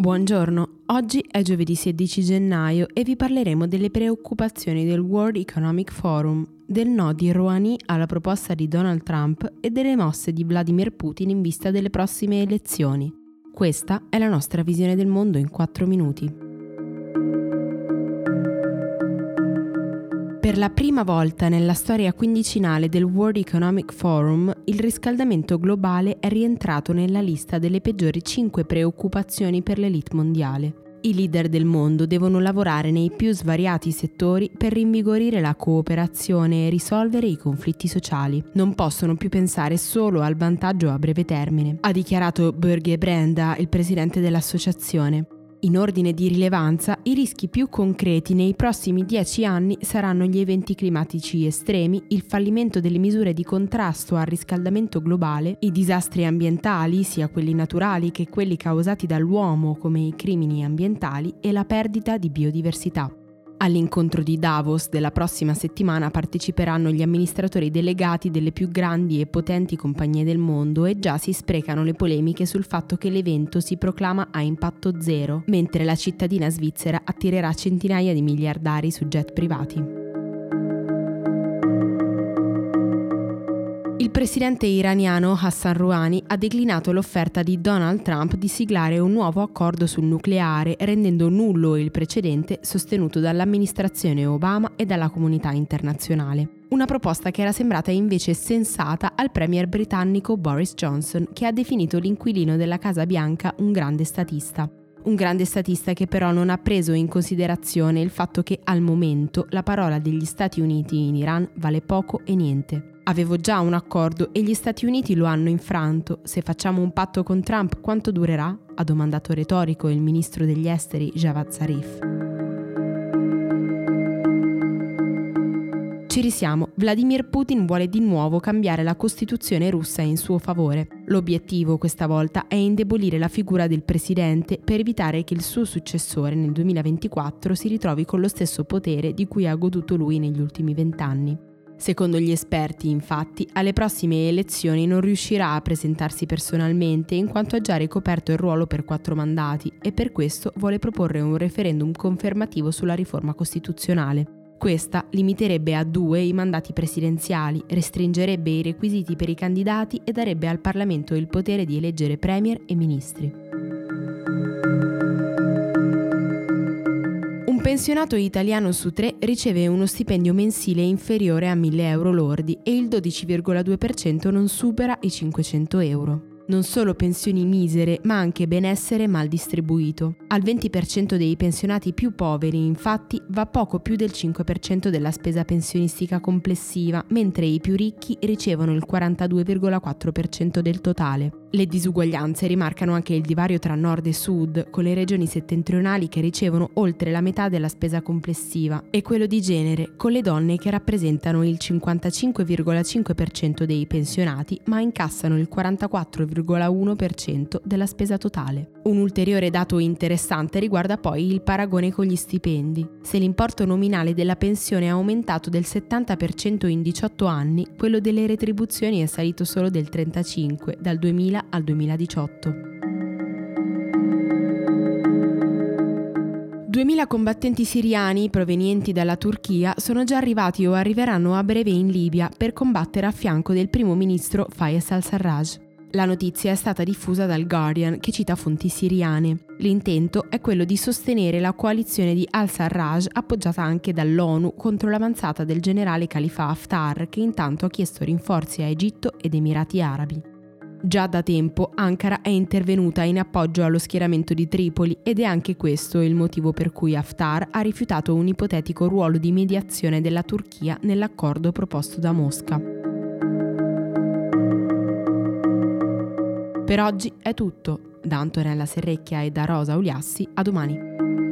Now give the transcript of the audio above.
Buongiorno, oggi è giovedì 16 gennaio e vi parleremo delle preoccupazioni del World Economic Forum, del no di Rouhani alla proposta di Donald Trump e delle mosse di Vladimir Putin in vista delle prossime elezioni. Questa è la nostra visione del mondo in 4 minuti. Per la prima volta nella storia quindicinale del World Economic Forum, il riscaldamento globale è rientrato nella lista delle peggiori 5 preoccupazioni per l'elite mondiale. I leader del mondo devono lavorare nei più svariati settori per rinvigorire la cooperazione e risolvere i conflitti sociali. Non possono più pensare solo al vantaggio a breve termine, ha dichiarato Börge Brenda, il presidente dell'associazione. In ordine di rilevanza, i rischi più concreti nei prossimi 10 anni saranno gli eventi climatici estremi, il fallimento delle misure di contrasto al riscaldamento globale, i disastri ambientali, sia quelli naturali che quelli causati dall'uomo come i crimini ambientali, e la perdita di biodiversità. All'incontro di Davos della prossima settimana parteciperanno gli amministratori delegati delle più grandi e potenti compagnie del mondo e già si sprecano le polemiche sul fatto che l'evento si proclama a impatto zero, mentre la cittadina svizzera attirerà centinaia di miliardari su jet privati. Il presidente iraniano Hassan Rouhani ha declinato l'offerta di Donald Trump di siglare un nuovo accordo sul nucleare, rendendo nullo il precedente sostenuto dall'amministrazione Obama e dalla comunità internazionale. Una proposta che era sembrata invece sensata al premier britannico Boris Johnson, che ha definito l'inquilino della Casa Bianca un grande statista. Un grande statista che però non ha preso in considerazione il fatto che al momento la parola degli Stati Uniti in Iran vale poco e niente. Avevo già un accordo e gli Stati Uniti lo hanno infranto. Se facciamo un patto con Trump, quanto durerà? Ha domandato retorico il ministro degli esteri Javad Zarif. Ci risiamo, Vladimir Putin vuole di nuovo cambiare la Costituzione russa in suo favore. L'obiettivo questa volta è indebolire la figura del presidente per evitare che il suo successore nel 2024 si ritrovi con lo stesso potere di cui ha goduto lui negli ultimi 20 anni. Secondo gli esperti, infatti, alle prossime elezioni non riuscirà a presentarsi personalmente in quanto ha già ricoperto il ruolo per 4 mandati e per questo vuole proporre un referendum confermativo sulla riforma costituzionale. Questa limiterebbe a 2 i mandati presidenziali, restringerebbe i requisiti per i candidati e darebbe al Parlamento il potere di eleggere premier e ministri. Un pensionato italiano su 3 riceve uno stipendio mensile inferiore a 1.000 euro lordi e il 12,2% non supera i 500 euro. Non solo pensioni misere, ma anche benessere mal distribuito. Al 20% dei pensionati più poveri, infatti, va poco più del 5% della spesa pensionistica complessiva, mentre i più ricchi ricevono il 42,4% del totale. Le disuguaglianze rimarcano anche il divario tra nord e sud, con le regioni settentrionali che ricevono oltre la metà della spesa complessiva, e quello di genere, con le donne che rappresentano il 55,5% dei pensionati, ma incassano il 44,1% della spesa totale. Un ulteriore dato interessante riguarda poi il paragone con gli stipendi. Se l'importo nominale della pensione è aumentato del 70% in 18 anni, quello delle retribuzioni è salito solo del 35% dal 2000 al 2018. 2.000 combattenti siriani provenienti dalla Turchia sono già arrivati o arriveranno a breve in Libia per combattere a fianco del primo ministro Fayez al-Sarraj. La notizia è stata diffusa dal Guardian, che cita fonti siriane. L'intento è quello di sostenere la coalizione di al-Sarraj, appoggiata anche dall'ONU, contro l'avanzata del generale Khalifa Haftar, che intanto ha chiesto rinforzi a Egitto ed Emirati Arabi. Già da tempo Ankara è intervenuta in appoggio allo schieramento di Tripoli ed è anche questo il motivo per cui Haftar ha rifiutato un ipotetico ruolo di mediazione della Turchia nell'accordo proposto da Mosca. Per oggi è tutto. Da Antonella Serrecchia e da Rosa Uliassi, a domani.